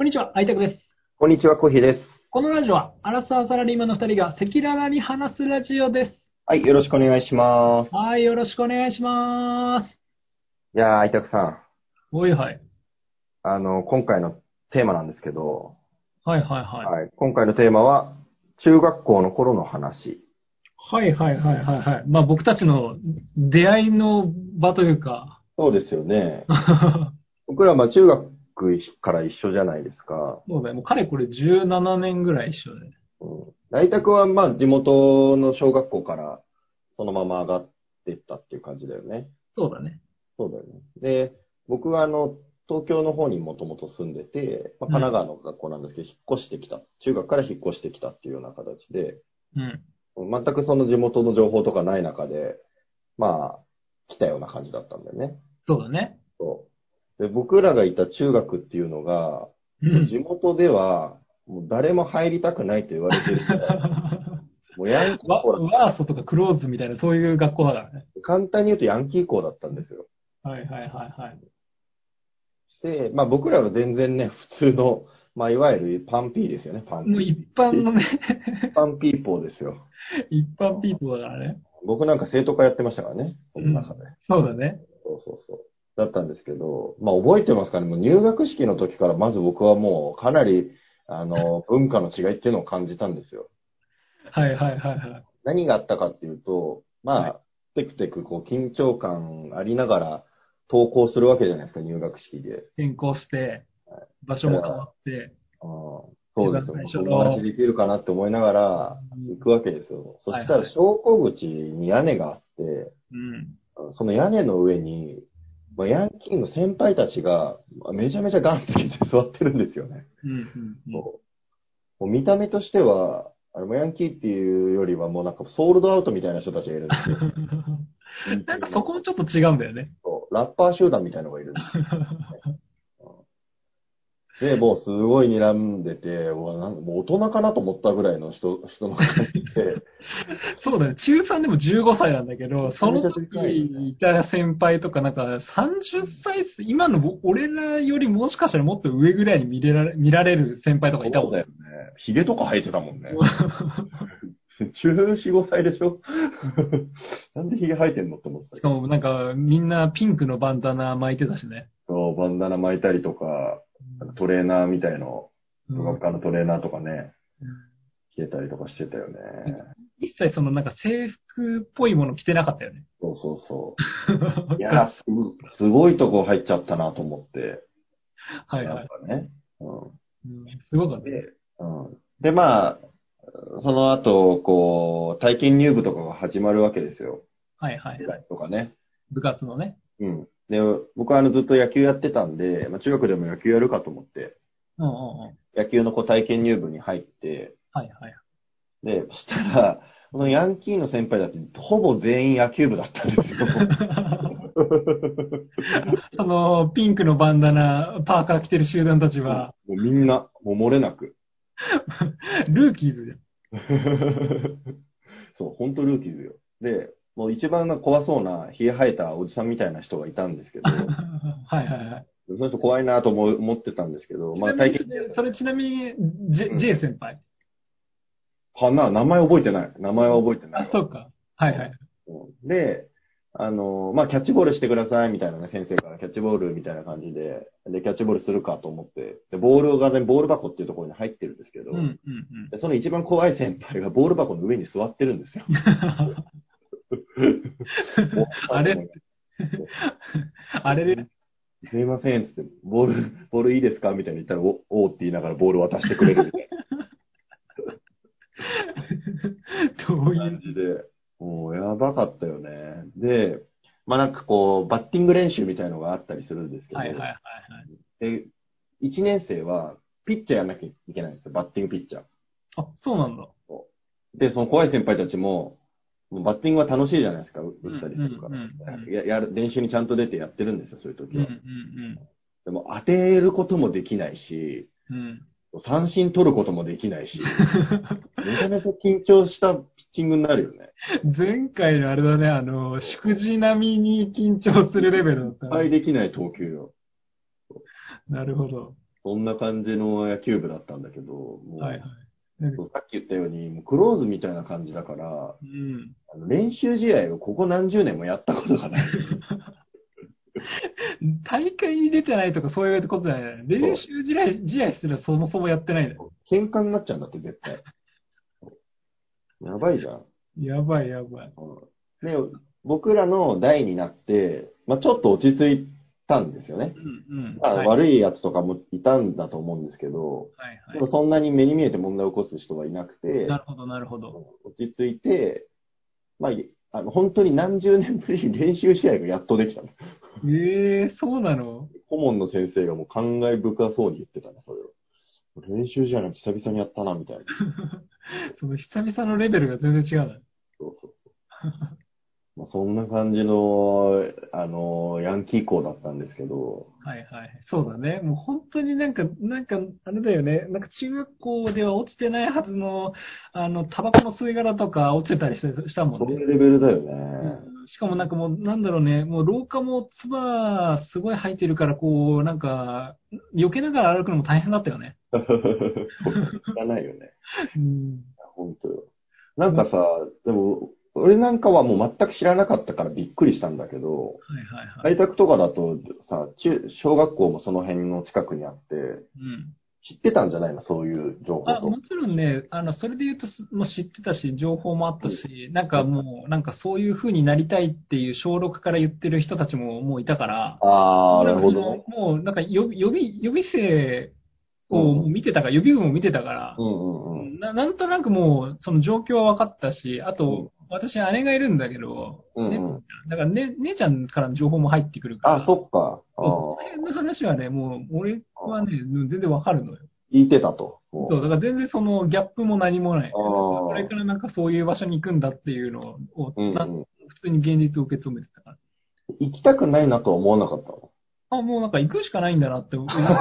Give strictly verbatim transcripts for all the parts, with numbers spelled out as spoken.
んにちは、アイタクです。 こんにちは、コーヒーです。 このラジオは、アラサーサラリーマンの二人が赤裸々に話すラジオです。 はい、よろしくお願いします。 はい、よろしくお願いします。 いやー、愛拓さん、 おいはい。 あの、今回のテーマなんですけど、 はいはいはい。 はい、今回のテーマは、中学校の頃の話。 はいはいはいはいはい。まあ僕たちの出会いの場というか。 そうですよね。僕らはまあ中学から一緒じゃないですか。 そうだよ、もうかれこれじゅうななねんぐらい一緒で。 うん、愛拓はまあ地元の小学校からそのまま上がっていったっていう感じだよね。 そうだね。 そうだよね。で、僕はあの、東京の方にもともと住んでて、まあ、神奈うん。 川の学校なんですけど、引っ越してきた。中学から引っ越してきたっていうような形で、 うん。 全くその地元の情報とかない中で、まあ、来たような感じだったんだよね。 そうだね。 そうで、僕らがいた中学っていうのが、もう地うん。 元では、もう誰も入りたくないと言われてるくらい、もうヤンキーワ、 校だった。 ワーストとかクローズみたいなそういう学校だからね。 簡単に言うとヤンキー校だったんですよ。 はいはいはいはい。 で、まあ僕らは全然ね、普通の、まあいわゆるパンピーですよね、パンもう一ピー。 般のねパンピーポーですよ。 一般ピーポーだからね。 僕なんか生徒会やってましたからね、そうん。 の中で。 そうだね。 そうそうそう。だったんですけど、まあ覚えてますかね、もう入学式の時からまず僕はもうかなり、あの、文化の違いっていうのを感じたんですよ。 はいはいはいはい。 何があったかっていうと、まはい。 あ、テクテクこう緊張感ありながら登校するわけじゃないですか、入学式で。 転校して、場所も変わだから、 って、 あー一そうですよ。 番最初友達の、 できるかなって思いながら行くわけですよ。そしたら、 はいはい。 昇降口に屋根があって、 うん。 その屋根の上に、まあ、ヤンキーの先輩たちが、まあめちゃめちゃガンつけて座ってるんですよね。 うんうんうん。 そうもう見た目としては、あの、ヤンキーっていうよりはもうなんかソールドアウトみたいな人たちがいるんですよ。文なんか系の。 そこもちょっと違うんだよね。 そうラッパー集団みたいなのがいるんですよ。で、もうすごい睨んでて、うわなんもう大人かなと思ったぐらいの人、人の感じで、 そうだね。中さんでもじゅうごさいなんだけど、 めちゃそのめちゃでかいよね。 時いた先輩とかなんかさんじゅっさい、今のぼ俺らよりもしかしたらもっと上ぐらいに見れられ、見られる先輩とかいたもんね。 そうだよね。ヒゲとか生えてたもんね。じゅうよん、ごさいでしょなんでヒゲ生えてんのって思ってたけど。 しかもなんかみんなピンクのバンダナ巻いてたしね。 そう、バンダナ巻いたりとか、トレーナーみたいの、 うん。 部学科のトレーナーとかね、 うん。 着てたりとかしてたよね。 なんか一切そのなんか制服っぽいもの着てなかったよね。 そうそうそう。いがっやー、す、すごいとこ入っちゃったなと思って、やはいはい。 っぱね。ううん、すごかっん。 たね。 で、うん。で、まあ、その後、こう、体験入部とかが始まるわけですよ。 はいはい部はい。 活とかね。 部活のね。 うん。で、僕はあのずっと野球やってたんで、まあ、中学でも野球やるかと思って、 うんうんうん。 野球のこう体験入部に入って、 はいはい。 で、そしたら、このヤンキーの先輩たち、ほぼ全員野球部だったんですよ。 その、ピンクのバンダナ、パーカー着てる集団たちもは、 うみんな、もう漏れなく。 ルーキーズじゃん。 そう、本当ルーキーズよ。で、もう一番怖そうな、ひげ生えたおじさんみたいな人がいたんですけど、 はいはいはい。 その人怖いなと思う思ってたんですけど、 ちなみまあ体験にそれ、それちなみに、J、 うん。 J 先輩。 かな、名前覚えてない。名前は覚えてなあ、 いわ。 そうか。はいはい。 うんうんで、あの、まあ、キャッチボールしてくださいみたいなね、先生からキャッチボールみたいな感じで、で、キャッチボールするかと思って、で、ボールがね、ボール箱っていうところに入ってるんですけど、 うんうんでその一番怖い先輩がボール箱の上に座ってるんですよ。 うん。 怖いなあれと思いますあれで、 すいません、つって、ボール、ボールいいですかみたいに言ったら、お、おーって言いながらボール渡してくれるみたいなどういう、 感じで、もうやばかったよね。で、まあなんかこう、バッティング練習みたいのがあったりするんですけど、 はいはいはいはい。 で、いちねん生は、ピッチャーやんなきゃいけないんですよ。バッティングピッチャー。 あ、そうなんだ。 で、その怖い先輩たちも、もうバッティングは楽しいじゃないですか、打うんったりうんするかうんら。や、やる、練習にちゃんと出てやってるんですよ、そういう時うん。うんは。 うんでも当てることもできないし、 うん。うん。 三振取ることもできないし、めちゃめちゃ緊張したピッチングになるよね。 前回のあれだね、あの、祝辞並みに緊張するレベルだったね。 失敗できない投球よ。 なるほど。 そんな感じの野球部だったんだけど、もう、 はいはい。なんかそうさっき言ったように、もうクローズみたいな感じだから、 うん。 あの練習試合をここ何十年もやったことがない。 大会に出てないとかそういうことじゃない。練そ習試合、試合すらそもそもやってないんだよ。 う。喧嘩になっちゃうんだって、絶対。やばいじゃん。 やばいやばい。 うん、で、僕らの代になって、まあ、ちょっと落ち着いたんですよね。 うんうん。 まあ、 はい。 悪いやつとかもいたんだと思うんですけど、 はいはい。 でもそんなに目に見えて問題を起こす人はいなくて、 なるほどなるほど。 落ち着いて、まあ、あの、本当に何十年ぶりに練習試合がやっとできたの。 ええー、そうなの？ 顧問の先生がもう感慨深そうに言ってたね、それを。練習試合なんて久々にやったな、みたいな。 その久々のレベルが全然違うな。 そうそう。まあ、そんな感じの、あの、ヤンキー校だったんですけど、 はいはい。そうだね。もう本当になんか、なんか、あれだよね。なんか中学校では落ちてないはずの、あの、タバコの吸い殻とか落ちてたりしてしたもんね。 そういうレベルだようね。 ん、しかもなんかもう、なんだろうね。もう廊下も唾すごい入ってるから、こう、なんか、避けながら歩くのも大変だったよね。 そうか、知らないよね。 うん。 本当よ。なんかさ、でも、俺なんかはもう全く知らなかったからびっくりしたんだけど、 はいはいはい。 在宅とかだとさ、中、小学校もその辺の近くにあって、 うん。 知ってたんじゃないのそういう情報あ、 と。 もちろんね、あの、それで言うとす、もう知ってたし、情報もあったうん。 し、なんかうん、 もう、なんかそういう風になりたいっていう小ろくから言ってる人たちももういたから、 ああ、ななんかその、 るほどね。 もう、なんか予備、予備、予備生をもううんうん。 見てたから、予備軍を見てたから、 うんうんうん。 な、なんとなくもう、その状況は分かったし、あと、 うん私姉がいるんだけど、ね、 うんうん。 だからね、姉ちゃんからの情報も入ってくるかあ、 ら、 そっか。あそうそう、その辺のあ、 話はね、もう、俺はあね、全然分かるのよ。 聞いてたと。 そう、 もだから全然そのギャップも何もない。 う。 これああ、 からなんかそういう場所に行くんだっていうのを、なうんうん。 普通に現実を受け止めてたから。 行きたくないなとは思わなかったの？ あ、もうなんか行くしかないんだなって思う。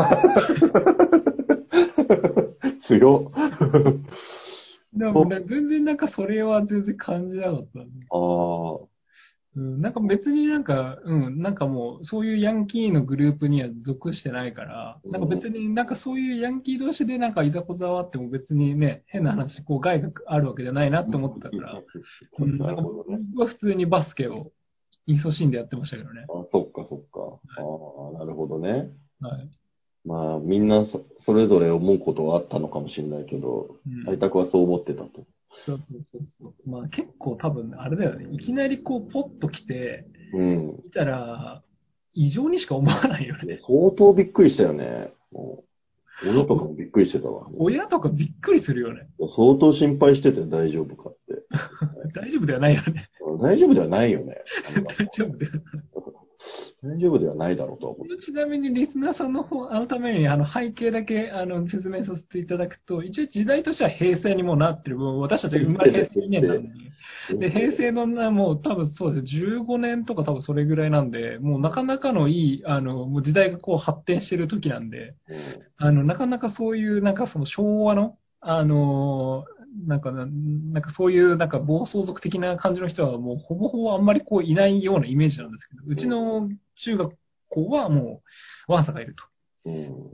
強っ。 でもね、全然なんかそれは全然感じなかったね。 ああ、 うん、なんか別になんか、うん、なんかもうそういうヤンキーのグループには属してないから、なんかうん。 別になんかそういうヤンキー同士でなんかいざこざはあっても別にね、変な話、こう害があるわけじゃないなって思ってたから、うん、なんかなるほどね。 僕は普通にバスケを勤しんでやってましたけどね。 あ、そっかそっか。ああ、なるほどね。 はい。 まあ、みんなそ、それぞれ思うことはあったのかもしれないけど、 うん。 愛拓はそう思ってたと。 そうそうそうそう。まあ結構多分、あれだよね。いきなりこう、ポッと来て、 うん。 見たら、異常にしか思わないよいやね。 相当びっくりしたよね。もう親とかもびっくりしてたわ。も親とかびっくりするよね。 う相当心配してて大丈夫かって。 大丈夫ではないよね。 大丈夫ではないよね。あんな大丈夫ではない。 大丈夫ではないだろうとは思って。 ちなみにリスナーさんの方、あのためにあの背景だけあの説明させていただくと、一応時代としては平成にもうなってる。もう私たち生まれ平成にねんなんで。で、平成のな、もう多分そうです。じゅうごねんとか多分それぐらいなんで、もうなかなかのいい、あの、もう時代がこう発展してる時なんで、 うん。 あの、なかなかそういう、なんかその昭和の、あの、なんかな、なんかそういうなんか暴走族的な感じの人はもうほぼほぼあんまりこういないようなイメージなんですけど、うちの中学校はもうワンサがいると。 うん。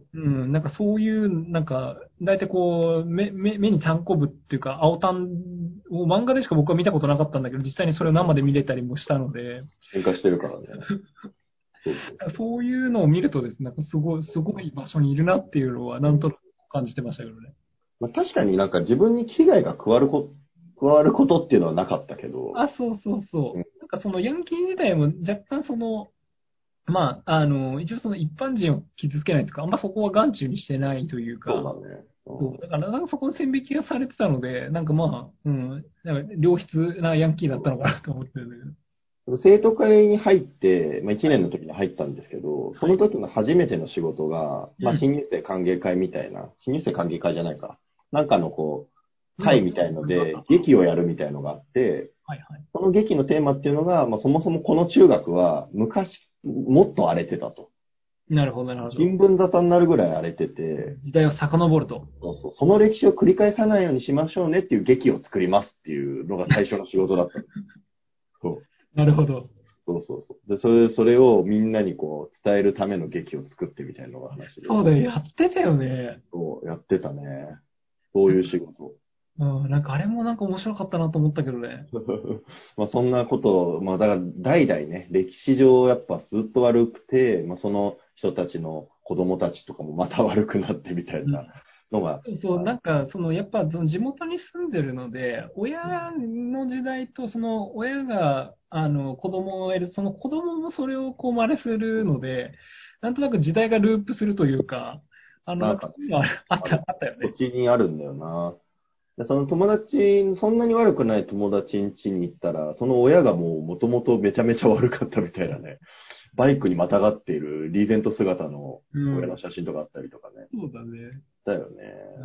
うん、なんかそういう、なんか、大体こう、目、目、目にたんこぶっていうか、青タンを漫画でしか僕は見たことなかったんだけど、実際にそれを生で見れたりもしたので、 喧嘩してるからね。そうそうそう。 そういうのを見るとですね、なんかすごい、すごい場所にいるなっていうのは、なんとなく感じてましたけどね。 まあ、確かになんか自分に危害が加わるこ、加わることっていうのはなかったけど、 あ、そうそうそうん、 う。なんかそのヤンキー自体も若干その、まあ、あの、一応その一般人を傷つけないというか、あんまそこは眼中にしてないというか、 そうだね。 そう、だからなんかそこで線引きがされてたので、なんかまあ、うん、なんか良質なヤンキーだったのかなと思ってるんだけど。 うん、生徒会に入って、まあ、いちねんの時に入ったんですけど、そはい。 の時の初めての仕事が、まあ、 うん。 新入生歓迎会みたいな、新入生歓迎会じゃないか。なんかのこう、 うん。 会みたいので、劇をやるみたいのがあって、 はいはい。 その劇のテーマっていうのが、まあ、そもそもこの中学は昔、もっと荒れてたと。 なるほど、なるほど。 新聞沙汰になるぐらい荒れてて、 時代を遡ると。 そうそう、その歴史を繰り返さないようにしましょうねっていう劇を作りますっていうのが最初の仕事だったの。そう。 なるほど。 そうそうそう。で、それ、それをみんなにこう、伝えるための劇を作ってみたいなのが話で。 そうだよ、やってたよね。 そう、やってたね。そういう仕事。 うん、なんかあれもなんか面白かったなと思ったけどね。 まあそんなことを、まあだから代々ね、歴史上やっぱずっと悪くて、まあその人たちの子供たちとかもまた悪くなってみたいなのが、 そうそう、 あなんか、その、やっぱ、その地元に住んでるので、親の時代と、その、親が、あの、子供を得る、その子供もそれをこう真似するので、なんとなく時代がループするというか、あの、なんか、 なんかね、 そういうのああった、 ある、 あったよね。 土地にあるんだよな。でその友達、そんなに悪くない友達ん家に行ったら、その親がもうもともとめちゃめちゃ悪かったみたいなね、バイクにまたがっているリーゼント姿のうん。 親の写真とかあったりとかね。 そうだね。 だよね。 うん。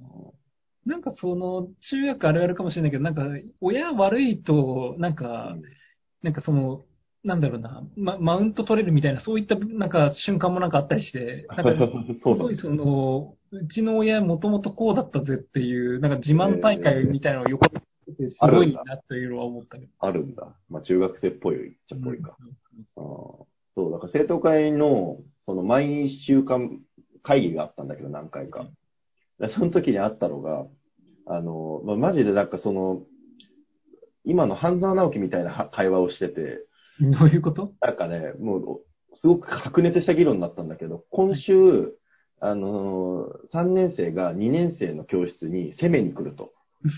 なんかその、中学あるあるかもしれないけど、なんか、親悪いと、なんか、 うん。 なんかその、なんだろうな、ま、マウント取れるみたいな、そういったなんか瞬間もなんかあったりして、なんか、 そうなんだ。 すごいその、うちの親もともとこうだったぜっていう、なんか自慢大会えー、 みたいなのを横で見てて、すごあるんだ。 いなというのは思ったけど。 あるんだ。まあ中学生っぽいっちゃっうん。 ぽいか。あーそう、だから生徒会の、その毎週間会議があったんだけど何回か。でその時にあったのが、あの、まあ、マジでなんかその、今の半沢直樹みたいな会話をしてて、 うん。どういうこと？ なんかね、もう、すごく白熱した議論になったんだけど、今はい。 週、あのー、さんねん生がにねん生の教室に攻めに来ると。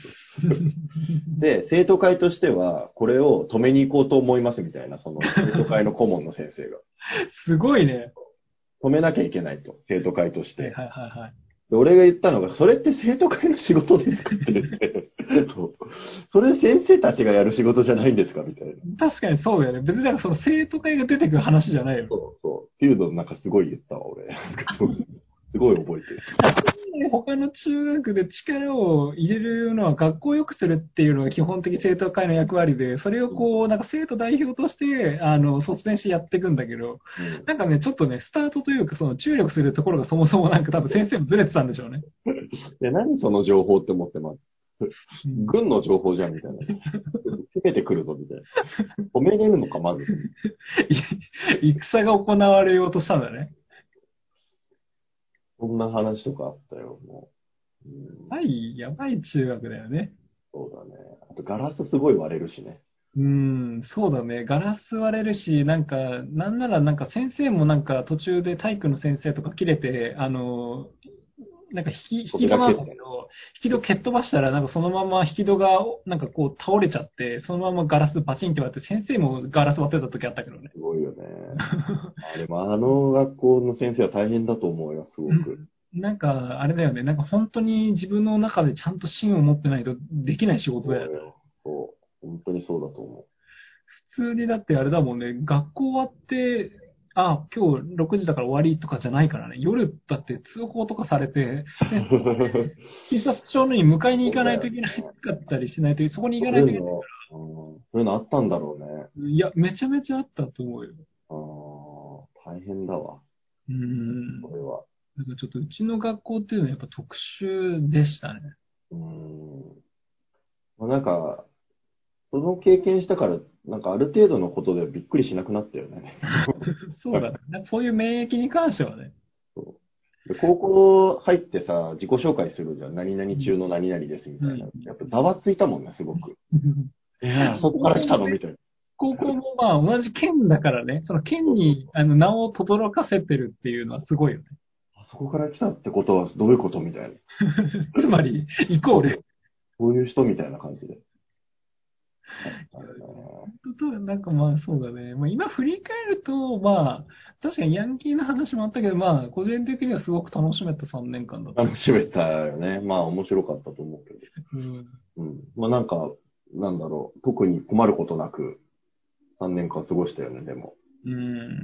で、生徒会としては、これを止めに行こうと思いますみたいな、その、生徒会の顧問の先生が。 すごいね。 止めなきゃいけないと、生徒会として。 はいはいはいはい。 で俺が言ったのが、それって生徒会の仕事ですかって言って、そうそれ先生たちがやる仕事じゃないんですかみたいな。 確かにそうだよね。別になんかその生徒会が出てくる話じゃないよね。 そうそう。っていうのをなんかすごい言ったわ、俺。なんかそうすごい覚えてる。 他の中学で力を入れるのは学校を良くするっていうのが基本的生徒会の役割で、それをこう、なんか生徒代表として、あの、率先してやっていくんだけど、 うん。 なんかね、ちょっとね、スタートというか、その注力するところがそもそもなんか多分先生もずれてたんでしょうね。 で、何その情報って思ってます。 うん、 軍の情報じゃん、みたいな。攻めてくるぞ、みたいな。止めれるのか、まず。 い戦が行われようとしたんだね。 そんな話とかあったよ、もう。うん、 はい、やばい中学だよね。 そうだね。あと、ガラスすごい割れるしね。 うーん、そうだね。ガラス割れるし、なんか、なんならなんか先生もなんか途中で体育の先生とか切れて、あの、なんか引き、引き戸なん扉蹴った。 だけど、引き戸蹴っ飛ばしたらなんかそのまま引き戸がなんかこう倒れちゃって、そのままガラスバチンって割って、先生もガラス割ってた時あったけどね。 すごいよね。あ、でも、あの学校の先生は大変だと思うよ、すごく。 なんか、あれだよね。なんか本当に自分の中でちゃんと芯を持ってないとできない仕事だよね。 そうよ。そう。本当にそうだと思普通にだってあれだもんね、学校終わって、あ、今日ろくじだから終わりとかじゃないからね。夜だって通報とかされて、ね、 う。 警察署に迎えに行かなそうだよね。 いといけないかったりしないと、そこに行かそうないといけない。 いうの、うん、そういうのあったんだろうね。 いや、めちゃめちゃあったと思うよ。 ああ、大変だわ。 うん。 これは。 なんかちょっとうちの学校っていうのはやっぱ特殊でしたね。 うん。まあ、なんか、その経験したから、なんかある程度のことでびっくりしなくなったよね。 そうだね。なんかそういう免疫に関してはね。 そうで高校入ってさ、自己紹介するじゃん。何々 うん。 中の何々ですみたいな。 うん。 やっぱざわついたもんね、すごく。えー、あそこ高から来た校もね、 のみたいな。 高校もまあ同じ県だからね、その県そうそうにあの名を轟かせてるっていうのはすごいよね。 あそこから来たってことはどういうことみたいな。 つまり、イコール。 そうそう。そういう人みたいな感じで。あったよね。 なんかまあそうだね。まあ今振り返ると、まあ、確かにヤンキーの話もあったけど、まあ個人的にはすごく楽しめたさんねんかんだった。 楽しめたよね。まあ面白かったと思うけど。 うん。 うん。まあなんか、なんだろう。特に困ることなくさんねんかん過ごしたよね、でも。 うん、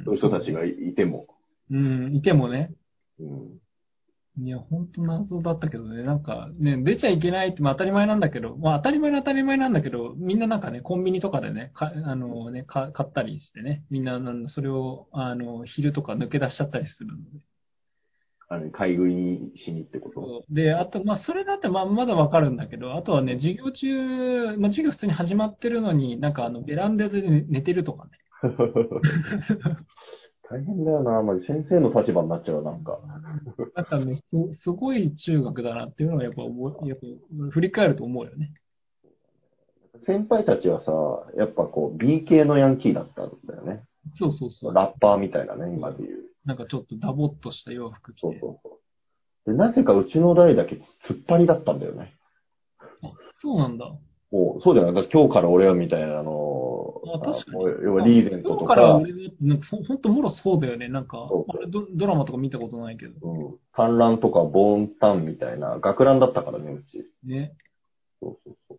そういう人そうね。 たちがいいても。 うん、いてもね。 うん。 いや、本当謎だったけどね。なんかね、出ちゃいけないって、まあ当たり前なんだけど、まあ当たり前の当たり前なんだけど、みんななんかね、コンビニとかでね、か、あのね、か、買ったりしてね、みんな、なんそれを、あの、昼とか抜け出しちゃったりするので。 あれ、買い食いしにってことそう。で、あと、まあそれだってまあまだわかるんだけど、あとはね、授業中、まあ授業普通に始まってるのに、なんかあの、ベランダで寝寝てるとかね。 大変だよな。まあ、先生の立場になっちゃう、なんか。 なんかね、す、すごい中学だなっていうのはやっぱ思う、やっぱ振り返ると思うよね。 先輩たちはさ、やっぱこう、B 系のヤンキーだったんだよね。 そうそうそう。 ラッパーみたいなね、今で言う。 なんかちょっとダボっとした洋服着そうて。 そうそう。で、なぜかうちの代だけ突っ張りだったんだよね。 あ、そうなんだ。 もう、そうじゃない。だって今日から俺はみたいなの、 あ、 さ、 確かに。 もう要はあ、 リーゼント今日とか、 から俺だってなんかそ、ほんともろそうだよね。なんか、 そうそあれド、ドラマとか見たことないけど。 う、うん。観覧とかボーンタンみたいな、学ランだったからね、うち。 ね。 そうそうそう。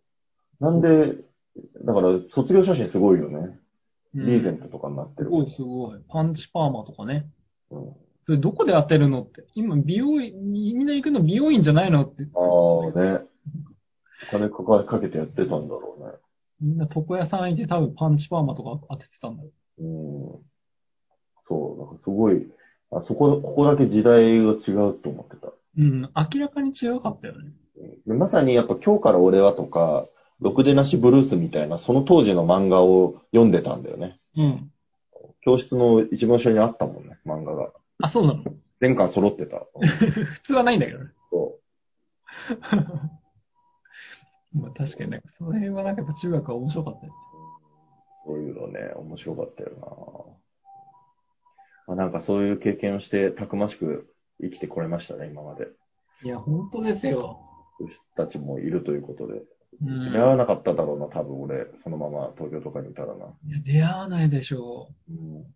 なんで、だから卒業写真すごいよね。 うん。 リーゼントとかになってるもん。 すごいすごい。パンチパーマとかね。 うん。 それどこで当てるのって。今、美容院、みんな行くの美容院じゃないのって。 ああね。お金かかかけてやってたんだろうね。 みんな床屋さん行って多分パンチパーマとか当ててたんだよ。 うん。そう、なんかすごい、あそこ、ここだけ時代が違うと思ってた。 うん。明らかに違かったよね。 でまさにやっぱ今日から俺はとか、ろくでなしブルースみたいな、その当時の漫画を読んでたんだよね。 うん。 教室の一番後ろにあったもんね、漫画が。 あ、そうなの。 全巻揃ってた。うん、 普通はないんだけどね。 そまあ確かになんか、その辺はなんかやっぱ中学は面白かったよ。 う。そういうのね、面白かったよな。まあ、なんかそういう経験をしてたくましく生きてこれましたね、今まで。 いや、本当ですよ。 そういう人たちもいるということで。 う出会わん。 なかっただろうな、多分俺、そのまま東京とかにいたらな。 いや、出会わないでしょう。 うん、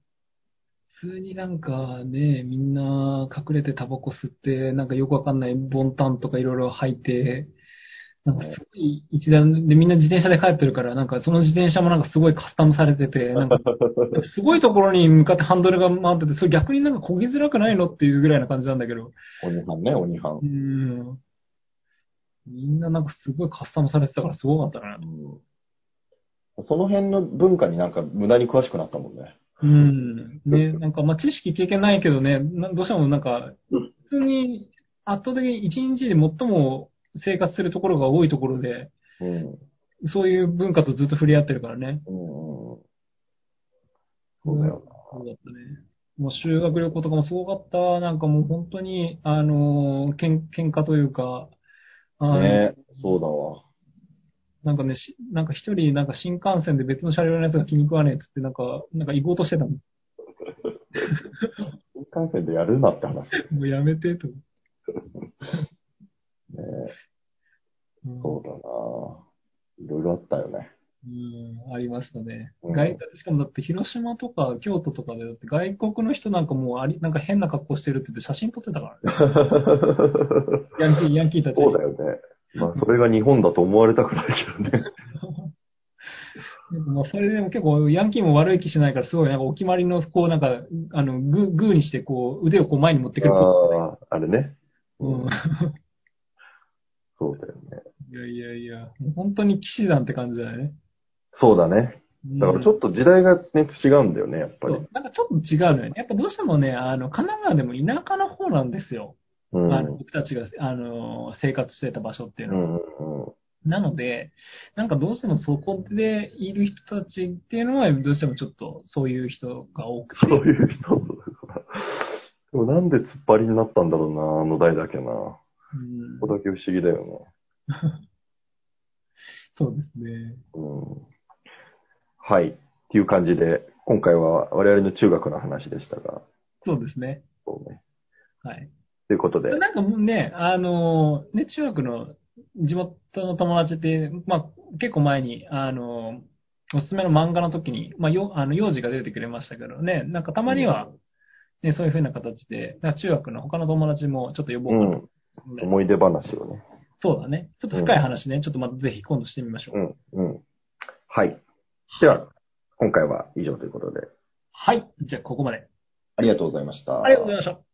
普通になんかね、みんな隠れてタバコ吸って、なんかよくわかんないボンタンとかいろいろ履いて、なんかすね、 ごい一段でみんな自転車で帰ってるから、なんかその自転車もなんかすごいカスタムされてて、なんかすごいところに向かってハンドルが回ってて、それ逆になんか漕ぎづらくないのっていうぐらいな感じなんだけど、 鬼班ね、鬼班。 うん。みんななんかすごいカスタムされてたからすごかったな。 うん、その辺の文化になんか無駄に詳しくなったもんね。 うん。ね、なんかまあ知識経験ないけどね、などうしてもなんか、普通に圧倒的に一日で最も生活するところが多いところで、 うん。 そういう文化とずっと触れ合ってるからね。 うん、うん、 うん、 そうだよそうだったね。もう修学旅行とかもすごかった。なんかもう本当に、あのー、けん、喧嘩というか、あな。 の、 ね、そうだわ。 なんかね、しなんか一人、なんか新幹線で別の車両のやつが気に食わねえっつって、なんか、なんか行こうとしてたもん。 新幹線でやるなって話だよもうやめて、と。 ね。 うん、 そうだな。いろいろあったよね。 うん、ありましたね。 うん。 外、しかもだって広島とか京都とかで、だって外国の人なんかもうあり、なんか変な格好してるって言って写真撮ってたからね。ヤンキー、ヤンキーたちに。 そうだよね。まあ、それが日本だと思われたくないけどね。 なんかまあそれでも結構ヤンキーも悪い気しないから、すごいなんかお決まりの、こうなんか、あの、グー、グーにしてこう腕をこう前に持ってくるポーズ。 ああ、あれね。 うん。 うん。そうだよね。 いやいやいや、もう本当に騎士団って感じだよね。 そうだね。 うだからちょん。 っと時代がね、違うんだよね、やっぱり。 そう。なんかちょっと違うのよね。やっぱどうしてもね、あの、神奈川でも田舎の方なんですよ。あの、 うん。うん、 僕たちが、あの、生活してた場所っていうのは。 うん、うん。 なので、なんかどうしてもそこでいる人たちっていうのは、どうしてもちょっとそういう人が多くそうて、 いう人。でもなんで突っ張りになったんだろうな、あの代だけな。こうん、 こだけ不思議だよそうですね。 ね。うん。はい。っていう感じで、今回は我々の中学の話でしたが、 そうですね。 そうね。 はい。 ということで、 なんかもうね、あの、ね、中学の地元の友達って、まあ、結構前に、あの、おすすめの漫画の時に、まあ、よ、あの、幼児が出てくれましたけどね、なんかたうん。 まには、ね、そういう風な形で、なんか中学の他の友達もちょっと呼ぼうかな。 うん。思い出話をね。 そうだね。ちょっとうん。 深い話ね、ちょっとまたぜひ今度してみましょう。 うん。うん。はい。ではい。 は、今回は以上ということで、 はい。じゃあ、ここまで。 ありがとうございましありがとうごた。 ざいました。